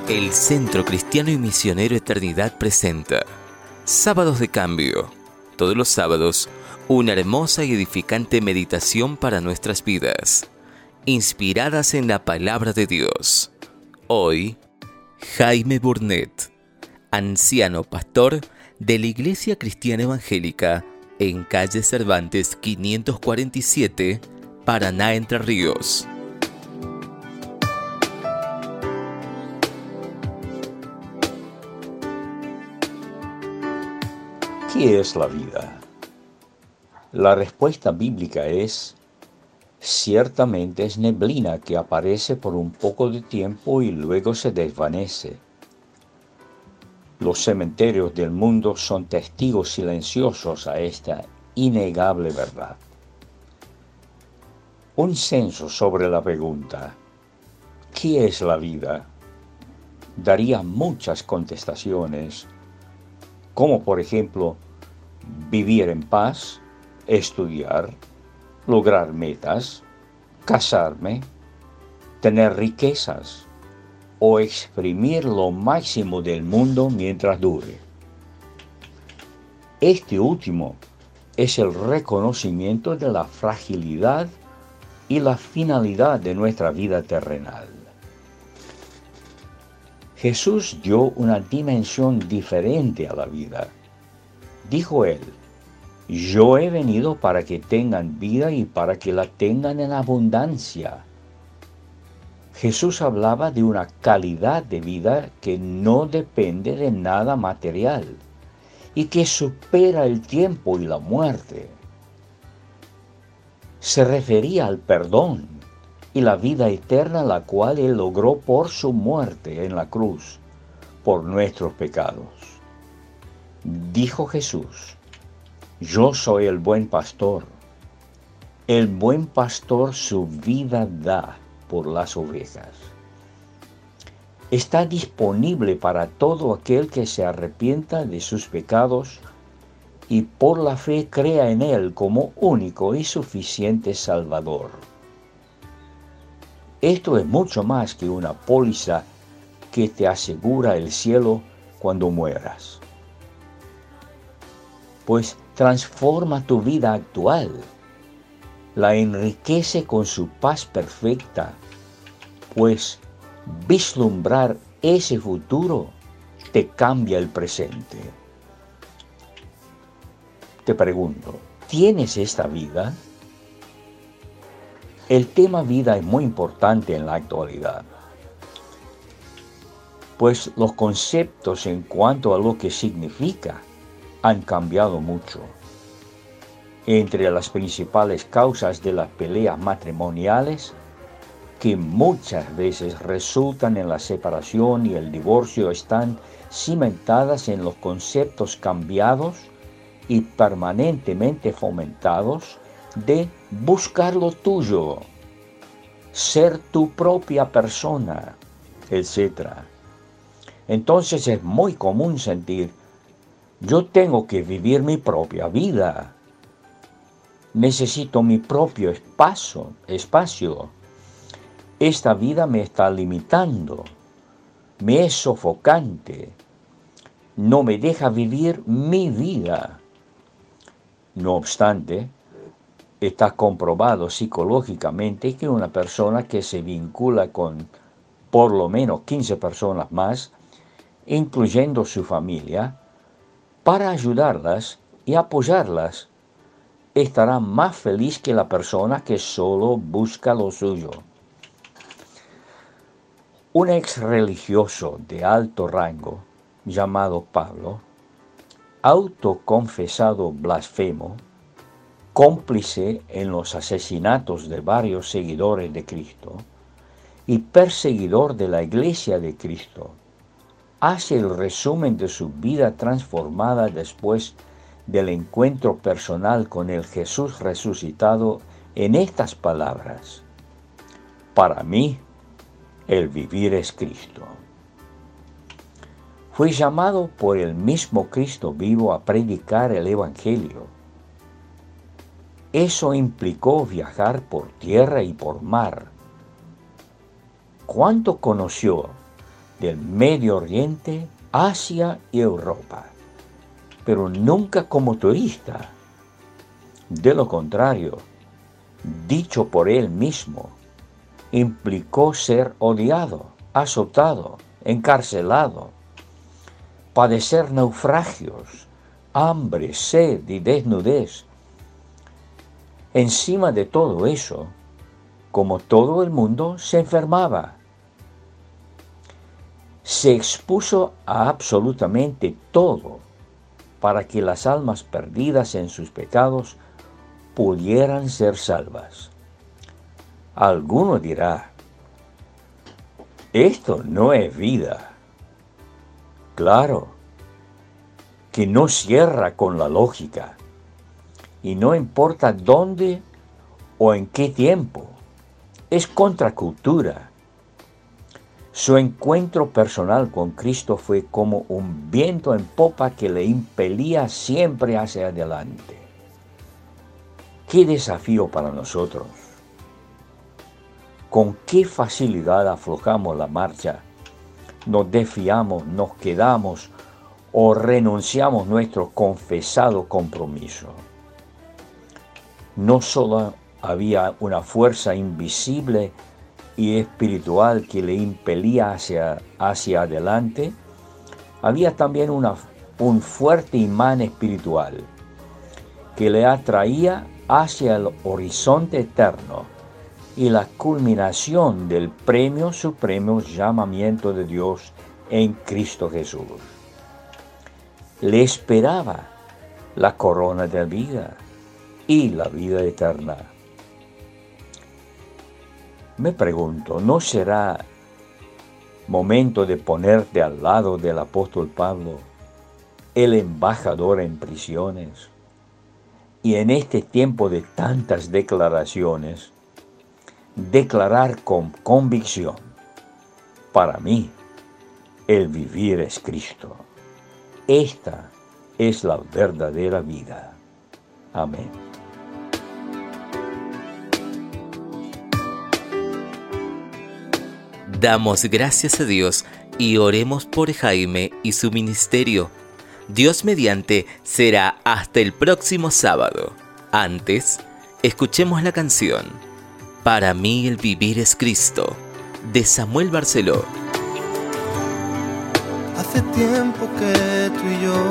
El Centro Cristiano y Misionero Eternidad presenta Sábados de Cambio. Todos los sábados, una hermosa y edificante meditación para nuestras vidas, inspiradas en la Palabra de Dios. Hoy, Jaime Burnett, anciano pastor de la Iglesia Cristiana Evangélica en calle Cervantes 547, Paraná, Entre Ríos. ¿Qué es la vida? La respuesta bíblica es: ciertamente es neblina que aparece por un poco de tiempo y luego se desvanece. Los cementerios del mundo son testigos silenciosos a esta innegable verdad. Un censo sobre la pregunta ¿qué es la vida? Daría muchas contestaciones, como por ejemplo vivir en paz, estudiar, lograr metas, casarme, tener riquezas o exprimir lo máximo del mundo mientras dure. Este último es el reconocimiento de la fragilidad y la finalidad de nuestra vida terrenal. Jesús dio una dimensión diferente a la vida. Dijo él: yo he venido para que tengan vida y para que la tengan en abundancia. Jesús hablaba de una calidad de vida que no depende de nada material y que supera el tiempo y la muerte. Se refería al perdón y la vida eterna, la cual Él logró por su muerte en la cruz, por nuestros pecados. Dijo Jesús: yo soy el buen pastor. El buen pastor su vida da por las ovejas. Está disponible para todo aquel que se arrepienta de sus pecados y por la fe crea en Él como único y suficiente Salvador. Esto es mucho más que una póliza que te asegura el cielo cuando mueras, pues transforma tu vida actual, la enriquece con su paz perfecta, pues vislumbrar ese futuro te cambia el presente. Te pregunto, ¿tienes esta vida? El tema vida es muy importante en la actualidad, pues los conceptos en cuanto a lo que significa han cambiado mucho. Entre las principales causas de las peleas matrimoniales, que muchas veces resultan en la separación y el divorcio, están cimentadas en los conceptos cambiados y permanentemente fomentados de buscar lo tuyo, ser tu propia persona, etc. Entonces es muy común sentir: yo tengo que vivir mi propia vida. Necesito mi propio espacio. Esta vida me está limitando, me es sofocante, no me deja vivir mi vida. No obstante, está comprobado psicológicamente que una persona que se vincula con por lo menos 15 personas más, incluyendo su familia, para ayudarlas y apoyarlas, estará más feliz que la persona que solo busca lo suyo. Un ex religioso de alto rango, llamado Pablo, autoconfesado blasfemo, cómplice en los asesinatos de varios seguidores de Cristo y perseguidor de la Iglesia de Cristo, hace el resumen de su vida transformada después del encuentro personal con el Jesús resucitado en estas palabras: para mí, el vivir es Cristo. Fue llamado por el mismo Cristo vivo a predicar el Evangelio. Eso implicó viajar por tierra y por mar. ¿Cuánto conoció del Medio Oriente, Asia y Europa, pero nunca como turista. De lo contrario, dicho por él mismo, implicó ser odiado, azotado, encarcelado, padecer naufragios, hambre, sed y desnudez. Encima de todo eso, como todo el mundo, se enfermaba. Se expuso a absolutamente todo para que las almas perdidas en sus pecados pudieran ser salvas. Alguno dirá, esto no es vida. Claro, que no cierra con la lógica, y no importa dónde o en qué tiempo, es contracultura. Su encuentro personal con Cristo fue como un viento en popa que le impelía siempre hacia adelante. ¡Qué desafío para nosotros! Con qué facilidad aflojamos la marcha, nos desfiamos, nos quedamos o renunciamos nuestro confesado compromiso. No solo había una fuerza invisible y espiritual que le impelía hacia adelante, había también un fuerte imán espiritual que le atraía hacia el horizonte eterno y la culminación del premio supremo llamamiento de Dios en Cristo Jesús. Le esperaba la corona de vida y la vida eterna. Me pregunto, ¿no será momento de ponerte al lado del apóstol Pablo, el embajador en prisiones? Y en este tiempo de tantas declaraciones, declarar con convicción, para mí, el vivir es Cristo. Esta es la verdadera vida. Amén. Damos gracias a Dios y oremos por Jaime y su ministerio. Dios mediante será hasta el próximo sábado. Antes, escuchemos la canción Para mí el vivir es Cristo, de Samuel Barceló. Hace tiempo que tú y yo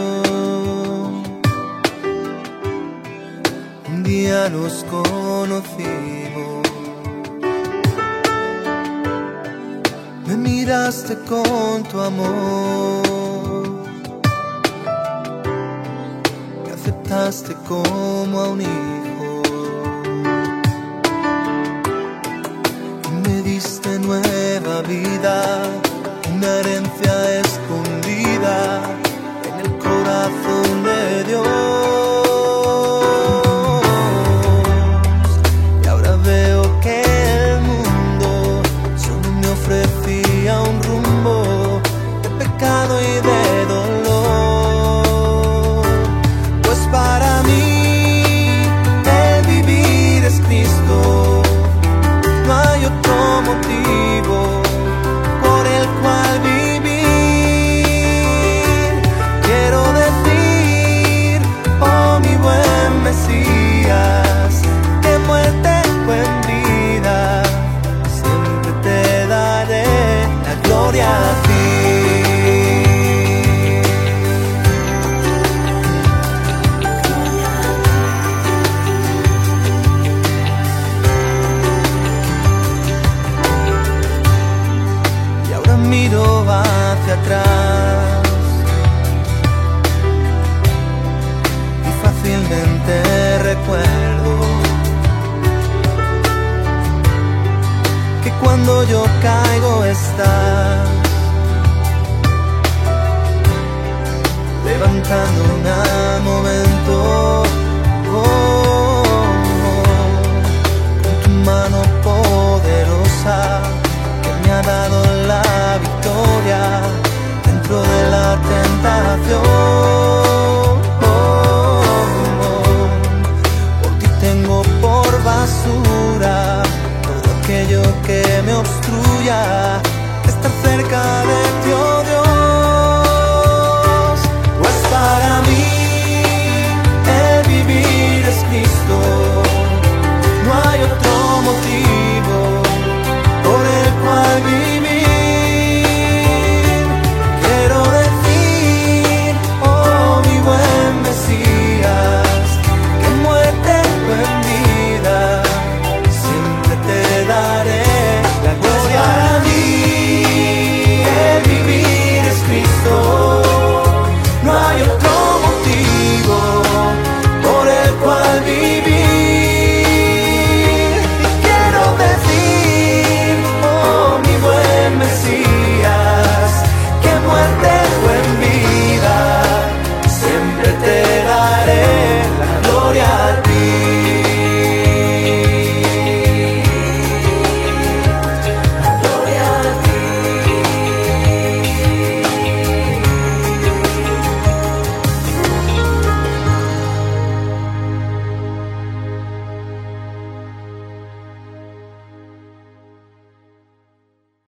un día nos conocimos. Me miraste con tu amor, me aceptaste como a un hijo y me diste nueva vida, una herencia escondida en el corazón de Dios. Y ahora veo que el mundo solo me ofrecía un rumbo de pecado y de dolor. Pues para mí el vivir es Cristo, no hay otro motivo por el cual vivir. Quiero decir, oh mi buen Mesías, que muerte fue en vida, siempre te daré la gloria a ti. Y ahora miro hacia atrás y fácilmente recuerdo que cuando yo caigo estás levantándome al momento. Con tu mano poderosa que me ha dado la victoria dentro de la tentación. Por ti tengo por basura todo aquello que me obstruya estar cerca de ti, oh Dios. Pues para mí el vivir es Cristo, no hay otro motivo por el cual vivir.